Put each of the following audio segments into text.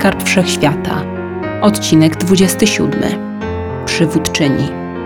Skarb Wszechświata. Odcinek 27. Przywódczyni.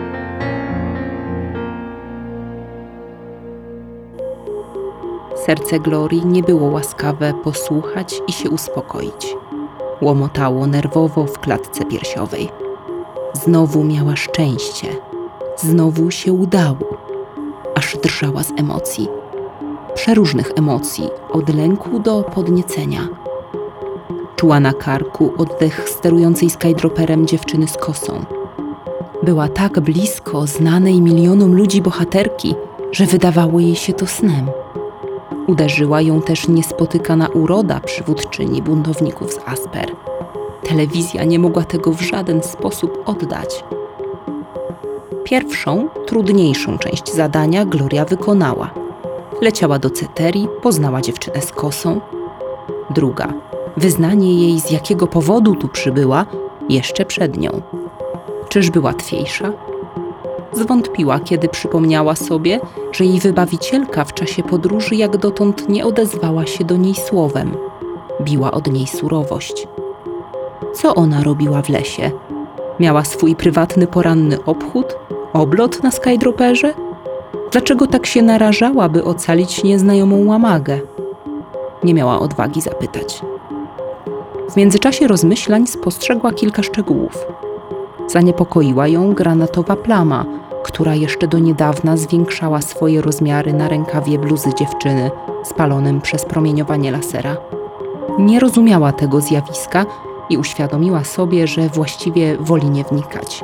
Serce Glorii nie było łaskawe posłuchać i się uspokoić. Łomotało nerwowo w klatce piersiowej. Znowu miała szczęście. Znowu się udało. Aż drżała z emocji. Przeróżnych emocji, od lęku do podniecenia. Czuła na karku oddech sterującej skydroperem dziewczyny z kosą. Była tak blisko znanej milionom ludzi bohaterki, że wydawało jej się to snem. Uderzyła ją też niespotykana uroda przywódczyni buntowników z Asper. Telewizja nie mogła tego w żaden sposób oddać. Pierwszą, trudniejszą część zadania Gloria wykonała. Leciała do Ceterii, poznała dziewczynę z kosą. Druga, wyznanie jej, z jakiego powodu tu przybyła, jeszcze przed nią. Czyżby łatwiejsza? Zwątpiła, kiedy przypomniała sobie, że jej wybawicielka w czasie podróży jak dotąd nie odezwała się do niej słowem. Biła od niej surowość. Co ona robiła w lesie? Miała swój prywatny poranny obchód? Oblot na skydroperze? Dlaczego tak się narażała, by ocalić nieznajomą łamagę? Nie miała odwagi zapytać. W międzyczasie rozmyślań spostrzegła kilka szczegółów. Zaniepokoiła ją granatowa plama, która jeszcze do niedawna zwiększała swoje rozmiary na rękawie bluzy dziewczyny spalonym przez promieniowanie lasera. Nie rozumiała tego zjawiska i uświadomiła sobie, że właściwie woli nie wnikać.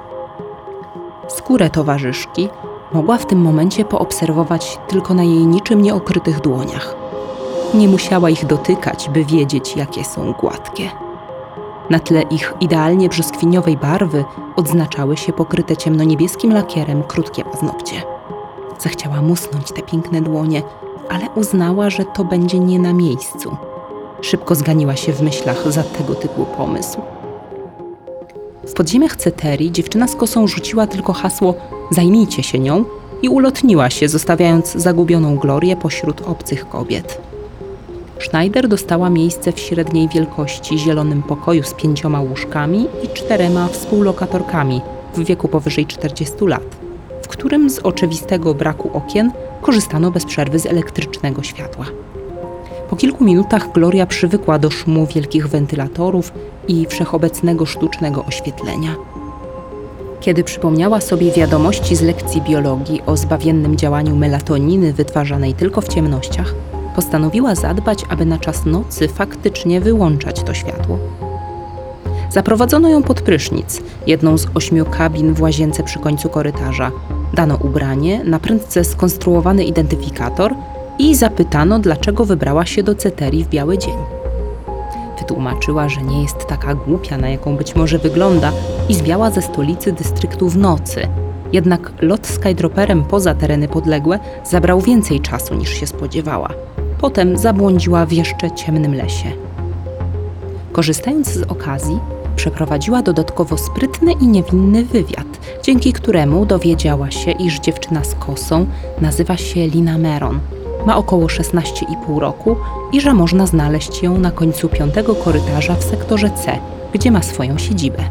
Skórę towarzyszki mogła w tym momencie poobserwować tylko na jej niczym nieokrytych dłoniach. Nie musiała ich dotykać, by wiedzieć, jakie są gładkie. Na tle ich idealnie brzoskwiniowej barwy odznaczały się pokryte ciemnoniebieskim lakierem krótkie paznokcie. Zachciała musnąć te piękne dłonie, ale uznała, że to będzie nie na miejscu. Szybko zganiła się w myślach za tego typu pomysł. W podziemiach Ceterii dziewczyna z kosą rzuciła tylko hasło „zajmijcie się nią” i ulotniła się, zostawiając zagubioną Glorię pośród obcych kobiet. Schneider dostała miejsce w średniej wielkości zielonym pokoju z 5 łóżkami i 4 współlokatorkami w wieku powyżej 40 lat, w którym z oczywistego braku okien korzystano bez przerwy z elektrycznego światła. Po kilku minutach Gloria przywykła do szumu wielkich wentylatorów i wszechobecnego sztucznego oświetlenia. Kiedy przypomniała sobie wiadomości z lekcji biologii o zbawiennym działaniu melatoniny wytwarzanej tylko w ciemnościach, postanowiła zadbać, aby na czas nocy faktycznie wyłączać to światło. Zaprowadzono ją pod prysznic, jedną z 8 kabin w łazience przy końcu korytarza. Dano ubranie, na prędce skonstruowany identyfikator i zapytano, dlaczego wybrała się do Ceterii w biały dzień. Wytłumaczyła, że nie jest taka głupia, na jaką być może wygląda i zwiała ze stolicy dystryktu w nocy. Jednak lot skydroperem poza tereny podległe zabrał więcej czasu niż się spodziewała. Potem zabłądziła w jeszcze ciemnym lesie. Korzystając z okazji, przeprowadziła dodatkowo sprytny i niewinny wywiad, dzięki któremu dowiedziała się, iż dziewczyna z kosą nazywa się Lina Meron, ma około 16,5 roku i że można znaleźć ją na końcu 5 korytarza w sektorze C, gdzie ma swoją siedzibę.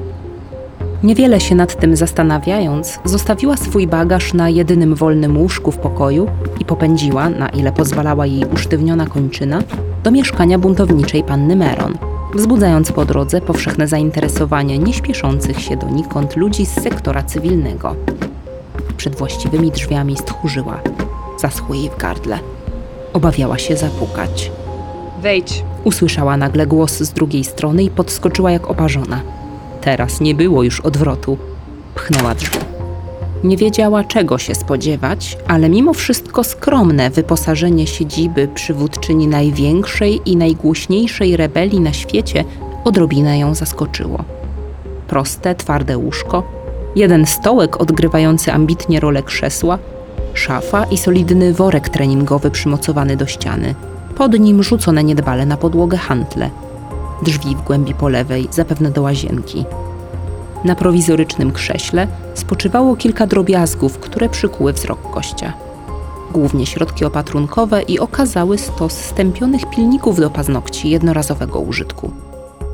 Niewiele się nad tym zastanawiając, zostawiła swój bagaż na jedynym wolnym łóżku w pokoju i popędziła, na ile pozwalała jej usztywniona kończyna, do mieszkania buntowniczej panny Meron, wzbudzając po drodze powszechne zainteresowanie nieśpieszących się donikąd ludzi z sektora cywilnego. Przed właściwymi drzwiami stchórzyła. Zaschło jej w gardle. Obawiała się zapukać. Wejdź. Usłyszała nagle głos z drugiej strony i podskoczyła jak oparzona. Teraz nie było już odwrotu. Pchnęła drzwi. Nie wiedziała, czego się spodziewać, ale mimo wszystko skromne wyposażenie siedziby przywódczyni największej i najgłośniejszej rebelii na świecie odrobinę ją zaskoczyło. Proste, twarde łóżko, jeden stołek odgrywający ambitnie rolę krzesła, szafa i solidny worek treningowy przymocowany do ściany. Pod nim rzucone niedbale na podłogę hantle. Drzwi w głębi po lewej, zapewne do łazienki. Na prowizorycznym krześle spoczywało kilka drobiazgów, które przykuły wzrok gościa. Głównie środki opatrunkowe i okazały stos stępionych pilników do paznokci jednorazowego użytku.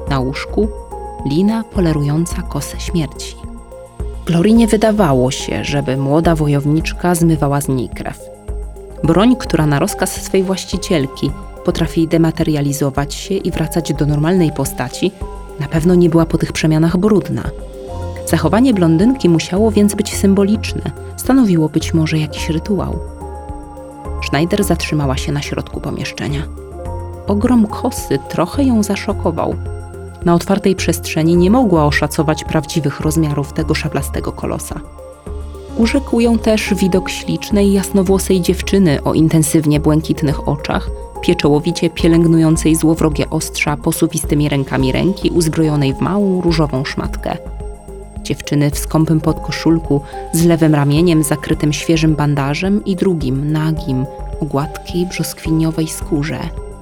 Na łóżku Lina polerująca kosę śmierci. Glorii nie wydawało się, żeby młoda wojowniczka zmywała z niej krew. Broń, która na rozkaz swej właścicielki potrafi dematerializować się i wracać do normalnej postaci, na pewno nie była po tych przemianach brudna. Zachowanie blondynki musiało więc być symboliczne, stanowiło być może jakiś rytuał. Schneider zatrzymała się na środku pomieszczenia. Ogrom kosy trochę ją zaszokował. Na otwartej przestrzeni nie mogła oszacować prawdziwych rozmiarów tego szablastego kolosa. Urzekł ją też widok ślicznej, jasnowłosej dziewczyny o intensywnie błękitnych oczach, pieczołowicie pielęgnującej złowrogie ostrza posuwistymi rękami ręki, uzbrojonej w małą różową szmatkę. Dziewczyny w skąpym podkoszulku z lewym ramieniem zakrytym świeżym bandażem i drugim, nagim, o gładkiej, brzoskwiniowej skórze.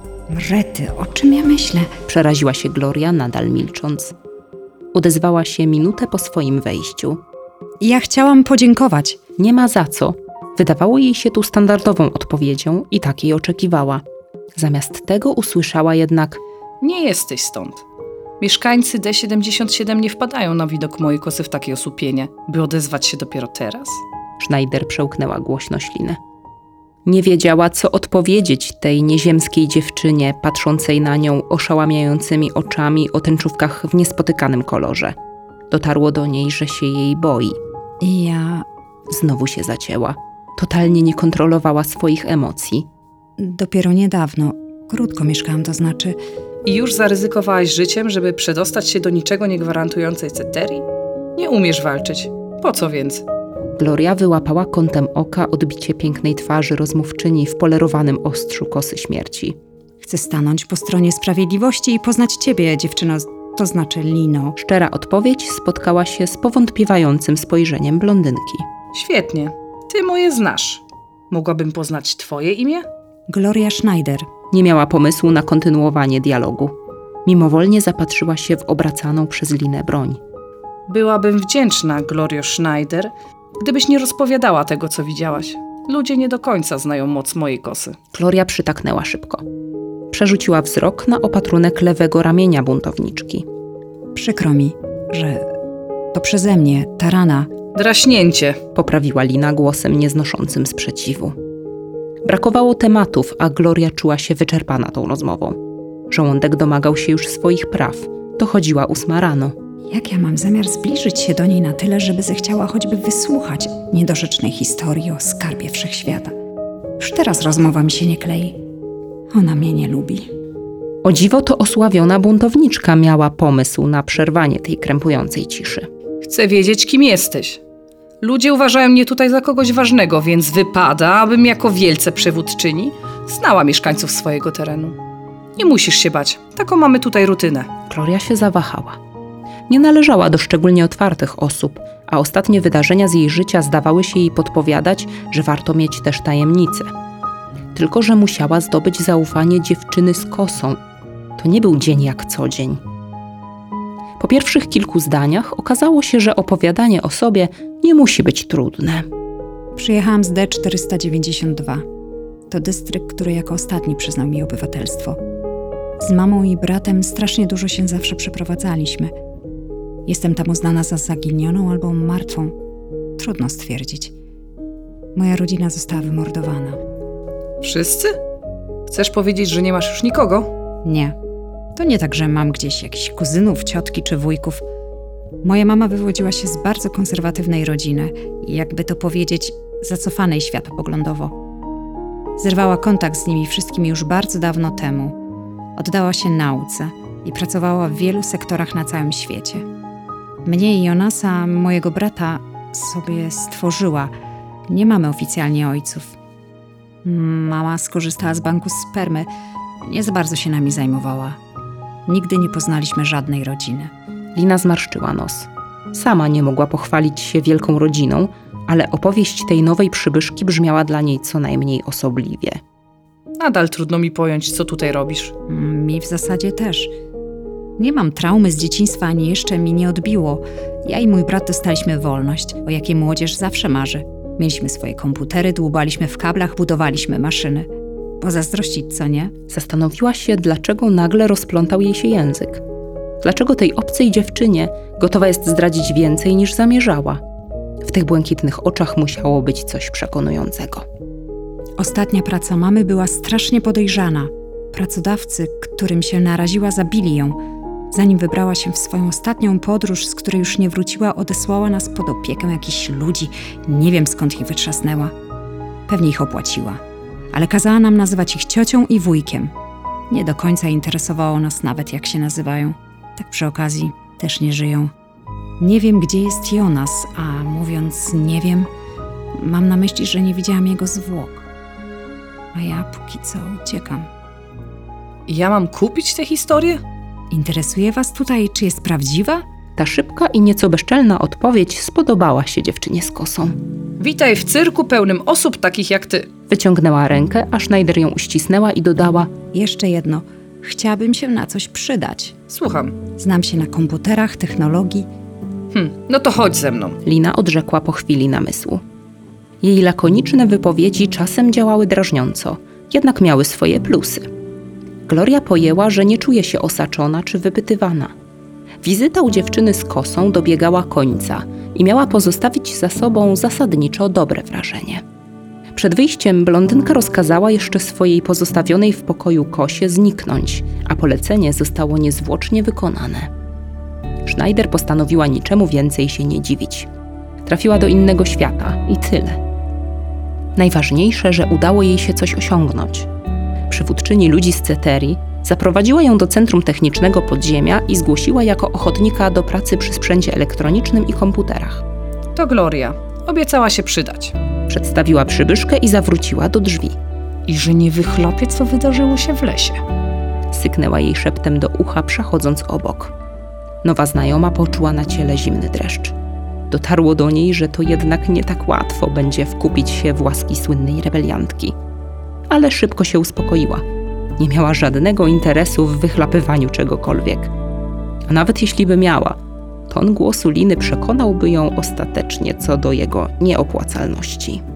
Rety, o czym ja myślę? Przeraziła się Gloria, nadal milcząc. Odezwała się minutę po swoim wejściu. Ja chciałam podziękować. Nie ma za co. Wydawało jej się tu standardową odpowiedzią i takiej oczekiwała. Zamiast tego usłyszała jednak: Nie jesteś stąd. Mieszkańcy D77 nie wpadają na widok mojej kosy w takie osłupienie, by odezwać się dopiero teraz. Schneider przełknęła głośno ślinę. Nie wiedziała, co odpowiedzieć tej nieziemskiej dziewczynie, patrzącej na nią oszałamiającymi oczami o tęczówkach w niespotykanym kolorze. Dotarło do niej, że się jej boi. I ja Znowu się zacięła. Totalnie nie kontrolowała swoich emocji. dopiero niedawno, krótko mieszkałam, to znaczy... I już zaryzykowałaś życiem, żeby przedostać się do niczego nie gwarantującej ceterii? Nie umiesz walczyć. Po co więc? Gloria wyłapała kątem oka odbicie pięknej twarzy rozmówczyni w polerowanym ostrzu kosy śmierci. Chcę stanąć po stronie sprawiedliwości i poznać ciebie, dziewczyno, to znaczy Lino. Szczera odpowiedź spotkała się z powątpiewającym spojrzeniem blondynki. Świetnie. Ty moje znasz. Mogłabym poznać twoje imię? Gloria Schneider. Nie miała pomysłu na kontynuowanie dialogu. Mimowolnie zapatrzyła się w obracaną przez Linę broń. Byłabym wdzięczna, Glorio Schneider, gdybyś nie rozpowiadała tego, co widziałaś. Ludzie nie do końca znają moc mojej kosy. Gloria przytaknęła szybko. Przerzuciła wzrok na opatrunek lewego ramienia buntowniczki. Przykro mi, że to przeze mnie, ta rana. Draśnięcie. Poprawiła Lina głosem nieznoszącym sprzeciwu. Brakowało tematów, a Gloria czuła się wyczerpana tą rozmową. Żołądek domagał się już swoich praw. Dochodziła 8 rano. Jak ja mam zamiar zbliżyć się do niej na tyle, żeby zechciała choćby wysłuchać niedorzecznej historii o skarbie wszechświata? Już teraz rozmowa mi się nie klei. Ona mnie nie lubi. O dziwo to osławiona buntowniczka miała pomysł na przerwanie tej krępującej ciszy. Chcę wiedzieć, kim jesteś. Ludzie uważają mnie tutaj za kogoś ważnego, więc wypada, abym jako wielce przywódczyni znała mieszkańców swojego terenu. Nie musisz się bać. Taką mamy tutaj rutynę. Gloria się zawahała. Nie należała do szczególnie otwartych osób, a ostatnie wydarzenia z jej życia zdawały się jej podpowiadać, że warto mieć też tajemnicę. Tylko że musiała zdobyć zaufanie dziewczyny z kosą. To nie był dzień jak co dzień. Po pierwszych kilku zdaniach okazało się, że opowiadanie o sobie nie musi być trudne. Przyjechałam z D492. To dystrykt, który jako ostatni przyznał mi obywatelstwo. Z mamą i bratem strasznie dużo się zawsze przeprowadzaliśmy. Jestem tam uznana za zaginioną albo martwą. Trudno stwierdzić. Moja rodzina została wymordowana. Wszyscy? Chcesz powiedzieć, że nie masz już nikogo? Nie. To nie tak, że mam gdzieś jakichś kuzynów, ciotki czy wujków. Moja mama wywodziła się z bardzo konserwatywnej rodziny i jakby to powiedzieć, zacofanej światopoglądowo. Zerwała kontakt z nimi wszystkimi już bardzo dawno temu. Oddała się nauce i pracowała w wielu sektorach na całym świecie. Mnie i Jonasa, mojego brata, sobie stworzyła. Nie mamy oficjalnie ojców. Mama skorzystała z banku spermy. Nie za bardzo się nami zajmowała. Nigdy nie poznaliśmy żadnej rodziny. Lina zmarszczyła nos. Sama nie mogła pochwalić się wielką rodziną, ale opowieść tej nowej przybyszki brzmiała dla niej co najmniej osobliwie. Nadal trudno mi pojąć, co tutaj robisz. Mi w zasadzie też. Nie mam traumy z dzieciństwa, ani jeszcze mi nie odbiło. Ja i mój brat dostaliśmy wolność, o jakiej młodzież zawsze marzy. Mieliśmy swoje komputery, dłubaliśmy w kablach, budowaliśmy maszyny. Pozazdrościć, co nie? Zastanowiła się, dlaczego nagle rozplątał jej się język. Dlaczego tej obcej dziewczynie gotowa jest zdradzić więcej niż zamierzała? W tych błękitnych oczach musiało być coś przekonującego. Ostatnia praca mamy była strasznie podejrzana. Pracodawcy, którym się naraziła, zabili ją. Zanim wybrała się w swoją ostatnią podróż, z której już nie wróciła, odesłała nas pod opiekę jakichś ludzi. Nie wiem, skąd ich wytrzasnęła. Pewnie ich opłaciła. Ale kazała nam nazywać ich ciocią i wujkiem. Nie do końca interesowało nas nawet, jak się nazywają. Tak przy okazji też nie żyją. Nie wiem, gdzie jest Jonas, a mówiąc nie wiem, mam na myśli, że nie widziałam jego zwłok. A ja póki co uciekam. Ja mam kupić tę historię? Interesuje was tutaj, czy jest prawdziwa? Ta szybka i nieco bezczelna odpowiedź spodobała się dziewczynie z kosą. Witaj w cyrku pełnym osób takich jak ty. Wyciągnęła rękę, a Schneider ją uścisnęła i dodała: Jeszcze jedno. Chciałabym się na coś przydać. Słucham. Znam się na komputerach, technologii. No to chodź ze mną. Lina odrzekła po chwili namysłu. Jej lakoniczne wypowiedzi czasem działały drażniąco, jednak miały swoje plusy. Gloria pojęła, że nie czuje się osaczona czy wypytywana. Wizyta u dziewczyny z kosą dobiegała końca i miała pozostawić za sobą zasadniczo dobre wrażenie. Przed wyjściem blondynka rozkazała jeszcze swojej pozostawionej w pokoju kosie zniknąć, a polecenie zostało niezwłocznie wykonane. Schneider postanowiła niczemu więcej się nie dziwić. Trafiła do innego świata i tyle. Najważniejsze, że udało jej się coś osiągnąć. Przywódczyni ludzi z Ceterii zaprowadziła ją do Centrum Technicznego Podziemia i zgłosiła jako ochotnika do pracy przy sprzęcie elektronicznym i komputerach. To Gloria. Obiecała się przydać. Przedstawiła przybyszkę i zawróciła do drzwi. I że nie wychlopie, co wydarzyło się w lesie. Syknęła jej szeptem do ucha, przechodząc obok. Nowa znajoma poczuła na ciele zimny dreszcz. Dotarło do niej, że to jednak nie tak łatwo będzie wkupić się w łaski słynnej rebeliantki. Ale szybko się uspokoiła. Nie miała żadnego interesu w wychlapywaniu czegokolwiek. A nawet jeśli by miała, ton głosu Liny przekonałby ją ostatecznie co do jego nieopłacalności.